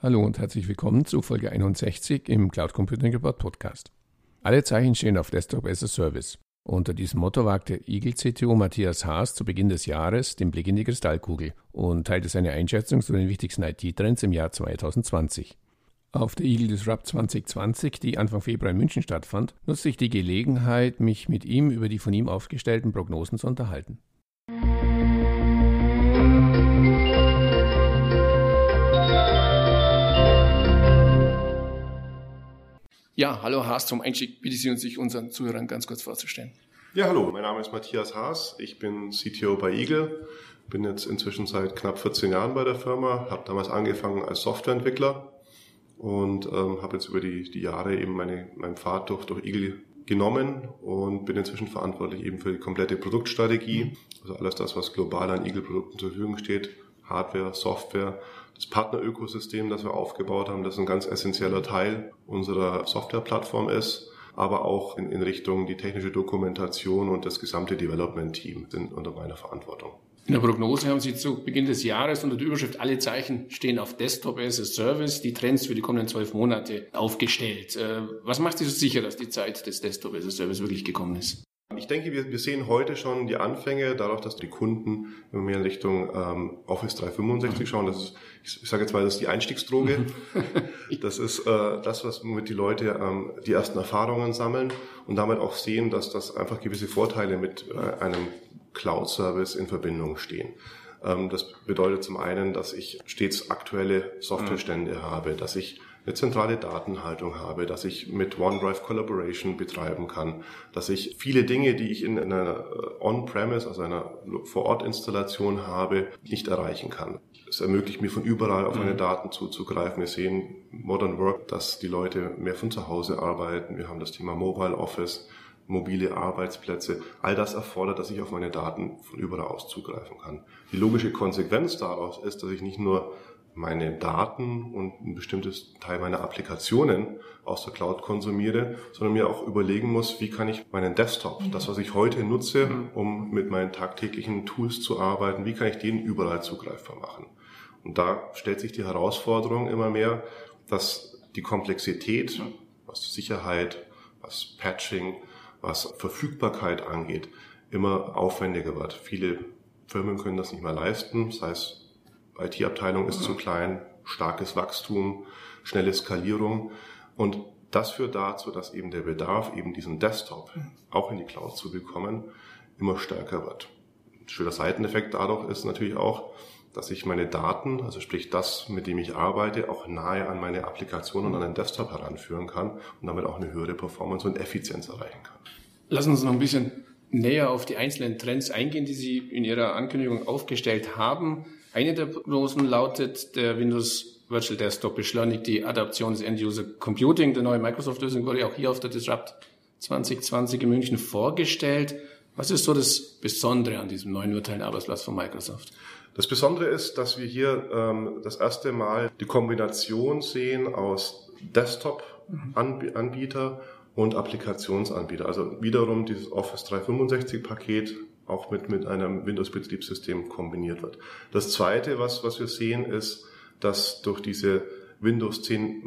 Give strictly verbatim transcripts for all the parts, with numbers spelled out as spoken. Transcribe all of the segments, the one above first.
Hallo und herzlich willkommen zu Folge einundsechzig im Cloud Computing Report Podcast. Alle Zeichen stehen auf Desktop as a Service. Unter diesem Motto wagte Eagle-C T O Matthias Haas zu Beginn des Jahres den Blick in die Kristallkugel und teilte seine Einschätzung zu den wichtigsten I T-Trends im Jahr zwanzig zwanzig. Auf der Eagle Disrupt zwanzig zwanzig, die Anfang Februar in München stattfand, nutzte ich die Gelegenheit, mich mit ihm über die von ihm aufgestellten Prognosen zu unterhalten. Ja, hallo Haas, zum Einstieg bitte Sie uns, sich unseren Zuhörern ganz kurz vorzustellen. Ja, hallo, mein Name ist Matthias Haas, ich bin C T O bei Eagle, bin jetzt inzwischen seit knapp vierzehn Jahren bei der Firma, habe damals angefangen als Softwareentwickler und ähm, habe jetzt über die, die Jahre eben meine, meinen Pfad durch, durch Eagle genommen und bin inzwischen verantwortlich eben für die komplette Produktstrategie, also alles das, was global an Eagle-Produkten zur Verfügung steht, Hardware, Software. Das Partnerökosystem, das wir aufgebaut haben, das ein ganz essentieller Teil unserer Softwareplattform ist, aber auch in, in Richtung die technische Dokumentation und das gesamte Development-Team sind unter meiner Verantwortung. In der Prognose haben Sie zu Beginn des Jahres unter der Überschrift "Alle Zeichen stehen auf Desktop as a Service" die Trends für die kommenden zwölf Monate aufgestellt. Was macht Sie so sicher, dass die Zeit des Desktop as a Service wirklich gekommen ist? Ich denke, wir, wir sehen heute schon die Anfänge, dadurch, dass die Kunden immer mehr in Richtung ähm, Office dreihundertfünfundsechzig schauen. Das ist, ich, ich sage jetzt mal, das ist die Einstiegsdroge. Das ist äh, das, was womit die Leute ähm, die ersten Erfahrungen sammeln und damit auch sehen, dass das einfach gewisse Vorteile mit äh, einem Cloud-Service in Verbindung stehen. Ähm, das bedeutet zum einen, dass ich stets aktuelle Softwarestände habe, dass ich eine zentrale Datenhaltung habe, dass ich mit OneDrive Collaboration betreiben kann, dass ich viele Dinge, die ich in einer On-Premise, also einer Vor-Ort-Installation habe, nicht erreichen kann. Es ermöglicht mir von überall auf meine Daten zuzugreifen. Wir sehen Modern Work, dass die Leute mehr von zu Hause arbeiten. Wir haben das Thema Mobile Office, mobile Arbeitsplätze. All das erfordert, dass ich auf meine Daten von überall aus zugreifen kann. Die logische Konsequenz daraus ist, dass ich nicht nur meine Daten und ein bestimmtes Teil meiner Applikationen aus der Cloud konsumiere, sondern mir auch überlegen muss, wie kann ich meinen Desktop, das, was ich heute nutze, um mit meinen tagtäglichen Tools zu arbeiten, wie kann ich den überall zugreifbar machen? Und da stellt sich die Herausforderung immer mehr, dass die Komplexität, was Sicherheit, was Patching, was Verfügbarkeit angeht, immer aufwendiger wird. Viele Firmen können das nicht mehr leisten, das heißt, I T-Abteilung ist zu klein, starkes Wachstum, schnelle Skalierung und das führt dazu, dass eben der Bedarf, eben diesen Desktop auch in die Cloud zu bekommen, immer stärker wird. Ein schöner Seiteneffekt dadurch ist natürlich auch, dass ich meine Daten, also sprich das, mit dem ich arbeite, auch nahe an meine Applikation und an den Desktop heranführen kann und damit auch eine höhere Performance und Effizienz erreichen kann. Lassen Sie uns noch ein bisschen näher auf die einzelnen Trends eingehen, die Sie in Ihrer Ankündigung aufgestellt haben. Eine der Prognosen lautet, der Windows Virtual Desktop beschleunigt die Adaption des End-User Computing. Der neue Microsoft-Lösung wurde auch hier auf der Disrupt zwanzig zwanzig in München vorgestellt. Was ist so das Besondere an diesem neuen virtuellen Arbeitsplatz von Microsoft? Das Besondere ist, dass wir hier ähm, das erste Mal die Kombination sehen aus Desktop-Anbieter und Applikationsanbieter. Also wiederum dieses Office dreihundertfünfundsechzig-Paket auch mit, mit einem Windows-Betriebssystem kombiniert wird. Das Zweite, was, was wir sehen, ist, dass durch diese Windows zehn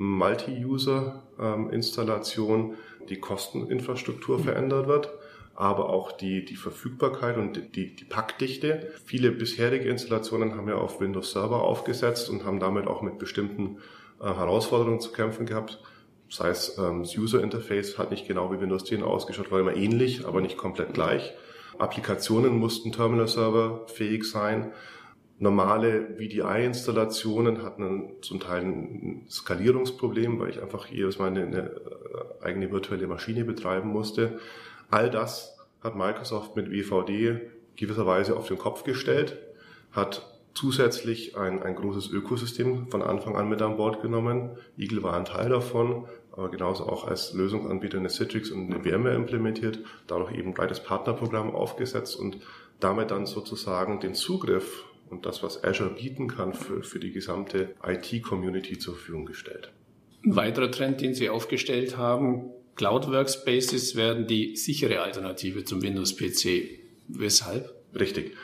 Multi-User-Installation die Kosteninfrastruktur verändert wird, aber auch die, die Verfügbarkeit und die, die Packdichte. Viele bisherige Installationen haben ja auf Windows Server aufgesetzt und haben damit auch mit bestimmten äh, Herausforderungen zu kämpfen gehabt. Das heißt, ähm, das User-Interface hat nicht genau wie Windows zehn ausgeschaut, war immer ähnlich, aber nicht komplett gleich. Applikationen mussten Terminal-Server fähig sein. Normale V D I-Installationen hatten zum Teil ein Skalierungsproblem, weil ich einfach jedes Mal eine, eine eigene virtuelle Maschine betreiben musste. All das hat Microsoft mit W V D gewisserweise auf den Kopf gestellt, hat zusätzlich ein, ein großes Ökosystem von Anfang an mit an Bord genommen. Eagle war ein Teil davon, aber genauso auch als Lösungsanbieter eine Citrix und eine VMware implementiert, dadurch eben ein breites Partnerprogramm aufgesetzt und damit dann sozusagen den Zugriff und das, was Azure bieten kann, für, für die gesamte I T-Community zur Verfügung gestellt. Ein weiterer Trend, den Sie aufgestellt haben, Cloud Workspaces werden die sichere Alternative zum Windows-P C. Weshalb? Richtig.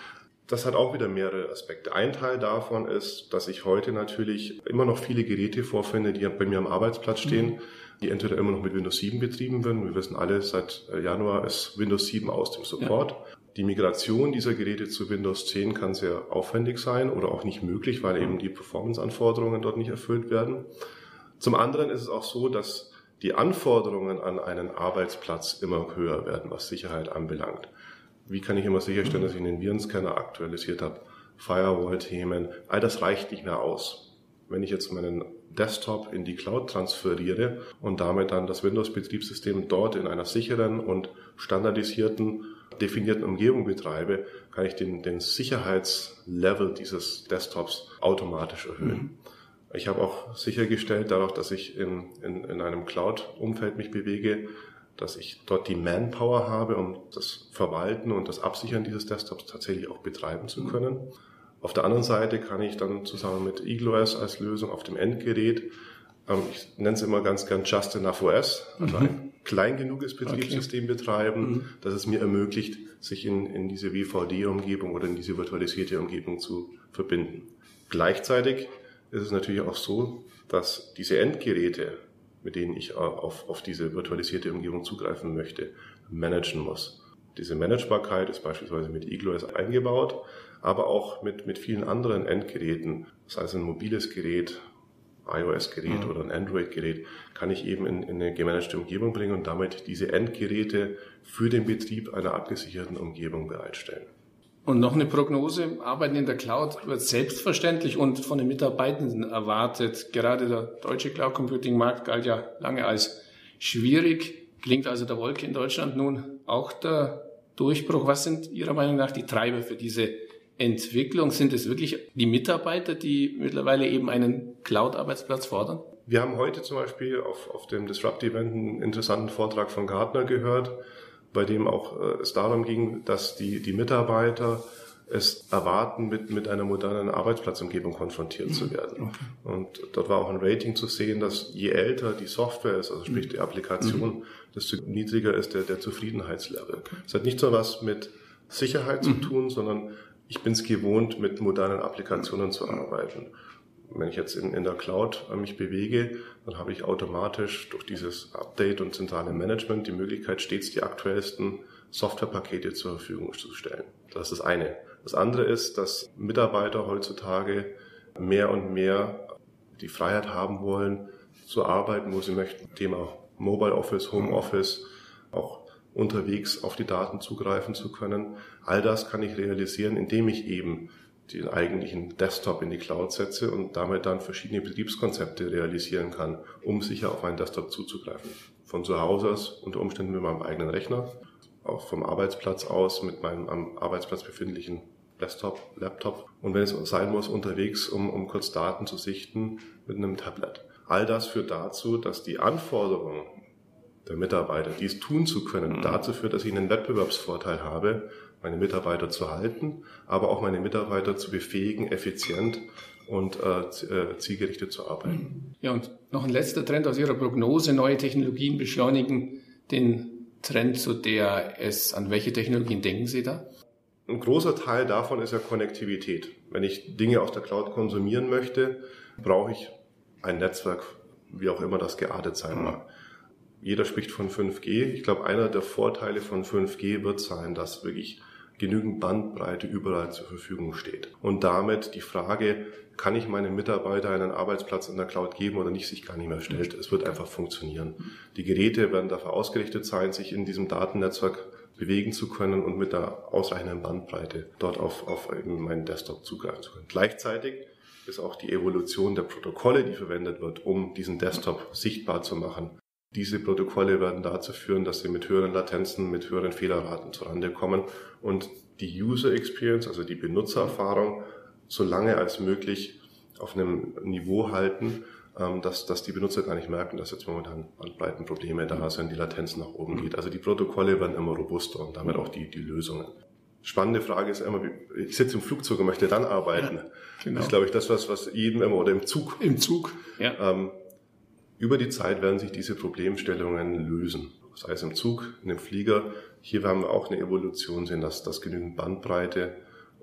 Das hat auch wieder mehrere Aspekte. Ein Teil davon ist, dass ich heute natürlich immer noch viele Geräte vorfinde, die bei mir am Arbeitsplatz stehen, mhm. die entweder immer noch mit Windows sieben betrieben werden. Wir wissen alle, seit Januar ist Windows sieben aus dem Support. Ja. Die Migration dieser Geräte zu Windows zehn kann sehr aufwendig sein oder auch nicht möglich, weil eben die Performance-Anforderungen dort nicht erfüllt werden. Zum anderen ist es auch so, dass die Anforderungen an einen Arbeitsplatz immer höher werden, was Sicherheit anbelangt. Wie kann ich immer sicherstellen, dass ich einen Virenscanner aktualisiert habe? Firewall-Themen, all das reicht nicht mehr aus. Wenn ich jetzt meinen Desktop in die Cloud transferiere und damit dann das Windows-Betriebssystem dort in einer sicheren und standardisierten, definierten Umgebung betreibe, kann ich den, den Sicherheitslevel dieses Desktops automatisch erhöhen. Mhm. Ich habe auch sichergestellt, dadurch, dass ich in, in, in einem Cloud-Umfeld mich bewege, dass ich dort die Manpower habe, um das Verwalten und das Absichern dieses Desktops tatsächlich auch betreiben zu können. Auf der anderen Seite kann ich dann zusammen mit EagleOS als Lösung auf dem Endgerät, ähm, ich nenne es immer ganz gern Just Enough O S, also mhm. ein klein genuges Betriebssystem okay. betreiben, mhm. das es mir ermöglicht, sich in, in diese W V D-Umgebung oder in diese virtualisierte Umgebung zu verbinden. Gleichzeitig ist es natürlich auch so, dass diese Endgeräte, mit denen ich auf, auf diese virtualisierte Umgebung zugreifen möchte, managen muss. Diese Managebarkeit ist beispielsweise mit EagleOS eingebaut, aber auch mit, mit vielen anderen Endgeräten, das heißt ein mobiles Gerät, iOS-Gerät mhm. oder ein Android-Gerät, kann ich eben in, in eine gemanagte Umgebung bringen und damit diese Endgeräte für den Betrieb einer abgesicherten Umgebung bereitstellen. Und noch eine Prognose, Arbeiten in der Cloud wird selbstverständlich und von den Mitarbeitenden erwartet. Gerade der deutsche Cloud-Computing-Markt galt ja lange als schwierig. Klingt also der Wolke in Deutschland nun auch der Durchbruch. Was sind Ihrer Meinung nach die Treiber für diese Entwicklung? Sind es wirklich die Mitarbeiter, die mittlerweile eben einen Cloud-Arbeitsplatz fordern? Wir haben heute zum Beispiel auf, auf dem Disrupt-Event einen interessanten Vortrag von Gartner gehört, bei dem auch äh, es darum ging, dass die, die Mitarbeiter es erwarten, mit, mit einer modernen Arbeitsplatzumgebung konfrontiert zu werden. Okay. Und dort war auch ein Rating zu sehen, dass je älter die Software ist, also sprich die Applikation, mhm. desto niedriger ist der, der Zufriedenheitslevel. Okay. Das hat nicht so was mit Sicherheit mhm. zu tun, sondern ich bin es gewohnt, mit modernen Applikationen zu arbeiten. Wenn ich jetzt in, in der Cloud mich bewege, dann habe ich automatisch durch dieses Update und zentrale Management die Möglichkeit, stets die aktuellsten Softwarepakete zur Verfügung zu stellen. Das ist das eine. Das andere ist, dass Mitarbeiter heutzutage mehr und mehr die Freiheit haben wollen, zu arbeiten, wo sie möchten. Thema Mobile Office, Home Office, auch unterwegs auf die Daten zugreifen zu können. All das kann ich realisieren, indem ich eben den eigentlichen Desktop in die Cloud setze und damit dann verschiedene Betriebskonzepte realisieren kann, um sicher auf einen Desktop zuzugreifen. Von zu Hause aus, unter Umständen mit meinem eigenen Rechner, auch vom Arbeitsplatz aus mit meinem am Arbeitsplatz befindlichen Desktop, Laptop und wenn es sein muss, unterwegs, um, um kurz Daten zu sichten, mit einem Tablet. All das führt dazu, dass die Anforderungen der Mitarbeiter, dies tun zu können, dazu führt, dass ich einen Wettbewerbsvorteil habe, meine Mitarbeiter zu halten, aber auch meine Mitarbeiter zu befähigen, effizient und äh, zielgerichtet zu arbeiten. Ja, und noch ein letzter Trend aus Ihrer Prognose. Neue Technologien beschleunigen den Trend zu D A S. An welche Technologien denken Sie da? Ein großer Teil davon ist ja Konnektivität. Wenn ich Dinge aus der Cloud konsumieren möchte, brauche ich ein Netzwerk, wie auch immer das geartet sein mag. Jeder spricht von fünf G. Ich glaube, einer der Vorteile von fünf G wird sein, dass wirklich genügend Bandbreite überall zur Verfügung steht. Und damit die Frage, kann ich meinen Mitarbeitern einen Arbeitsplatz in der Cloud geben oder nicht, sich gar nicht mehr stellt. Es wird einfach funktionieren. Die Geräte werden dafür ausgerichtet sein, sich in diesem Datennetzwerk bewegen zu können und mit der ausreichenden Bandbreite dort auf, auf eben meinen Desktop zugreifen zu können. Gleichzeitig ist auch die Evolution der Protokolle, die verwendet wird, um diesen Desktop sichtbar zu machen. Diese Protokolle werden dazu führen, dass sie mit höheren Latenzen, mit höheren Fehlerraten zurande kommen und die User Experience, also die Benutzererfahrung, so lange als möglich auf einem Niveau halten, dass, dass die Benutzer gar nicht merken, dass jetzt momentan Bandbreitenprobleme da sind, die Latenz nach oben geht. Also die Protokolle werden immer robuster und damit auch die, die Lösungen. Spannende Frage ist immer, ich sitze im Flugzeug und möchte dann arbeiten. Ja, genau. Das ist, glaube ich, das, was, was jedem immer, oder im Zug. Im Zug, ja. Ähm, Über die Zeit werden sich diese Problemstellungen lösen. Sei es im Zug, in dem Flieger. Hier werden wir auch eine Evolution sehen, dass, dass genügend Bandbreite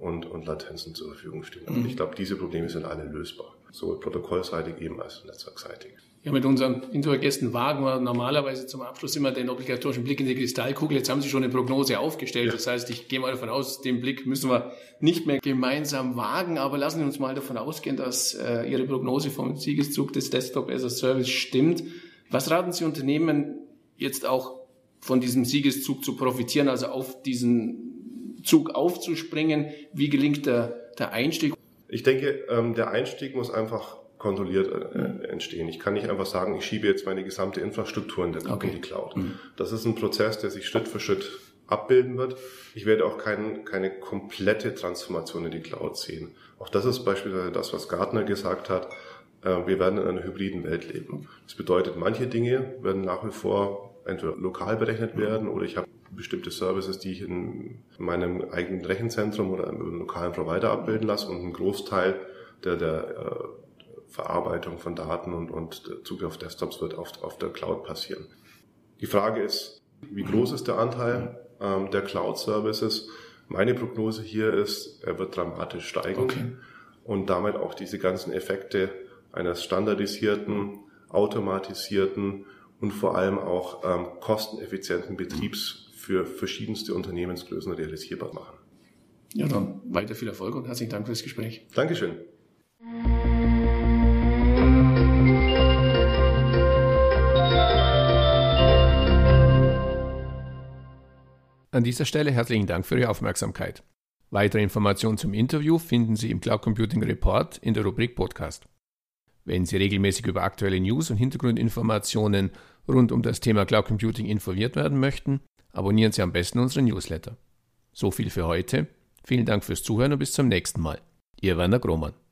und, und Latenzen zur Verfügung stehen. Und ich glaube, diese Probleme sind alle lösbar, sowohl protokollseitig eben als netzwerkseitig. Ja, mit unseren Interviewgästen wagen wir normalerweise zum Abschluss immer den obligatorischen Blick in die Kristallkugel. Jetzt haben Sie schon eine Prognose aufgestellt. Ja. Das heißt, ich gehe mal davon aus, den Blick müssen wir nicht mehr gemeinsam wagen. Aber lassen Sie uns mal davon ausgehen, dass äh, Ihre Prognose vom Siegeszug des Desktop as a Service stimmt. Was raten Sie Unternehmen jetzt auch von diesem Siegeszug zu profitieren, also auf diesen Zug aufzuspringen? Wie gelingt der, der Einstieg? Ich denke, ähm, der Einstieg muss einfach kontrolliert äh, entstehen. Ich kann nicht einfach sagen, ich schiebe jetzt meine gesamte Infrastruktur in, der, okay. in die Cloud. Mhm. Das ist ein Prozess, der sich Schritt für Schritt abbilden wird. Ich werde auch kein, keine komplette Transformation in die Cloud sehen. Auch das ist beispielsweise das, was Gartner gesagt hat. Äh, wir werden in einer hybriden Welt leben. Das bedeutet, manche Dinge werden nach wie vor entweder lokal berechnet werden oder ich habe bestimmte Services, die ich in meinem eigenen Rechenzentrum oder einem lokalen Provider abbilden lasse und ein Großteil der, der äh, Verarbeitung von Daten und, und der Zugriff auf Desktops wird auf, auf der Cloud passieren. Die Frage ist, wie groß ist der Anteil ähm, der Cloud-Services? Meine Prognose hier ist, er wird dramatisch steigen okay. und damit auch diese ganzen Effekte eines standardisierten, automatisierten und vor allem auch ähm, kosteneffizienten Betriebs für verschiedenste Unternehmensgrößen realisierbar machen. Ja, dann weiter viel Erfolg und herzlichen Dank fürs Gespräch. Dankeschön. An dieser Stelle herzlichen Dank für Ihre Aufmerksamkeit. Weitere Informationen zum Interview finden Sie im Cloud Computing Report in der Rubrik Podcast. Wenn Sie regelmäßig über aktuelle News und Hintergrundinformationen rund um das Thema Cloud Computing informiert werden möchten, abonnieren Sie am besten unseren Newsletter. So viel für heute. Vielen Dank fürs Zuhören und bis zum nächsten Mal. Ihr Werner Grohmann.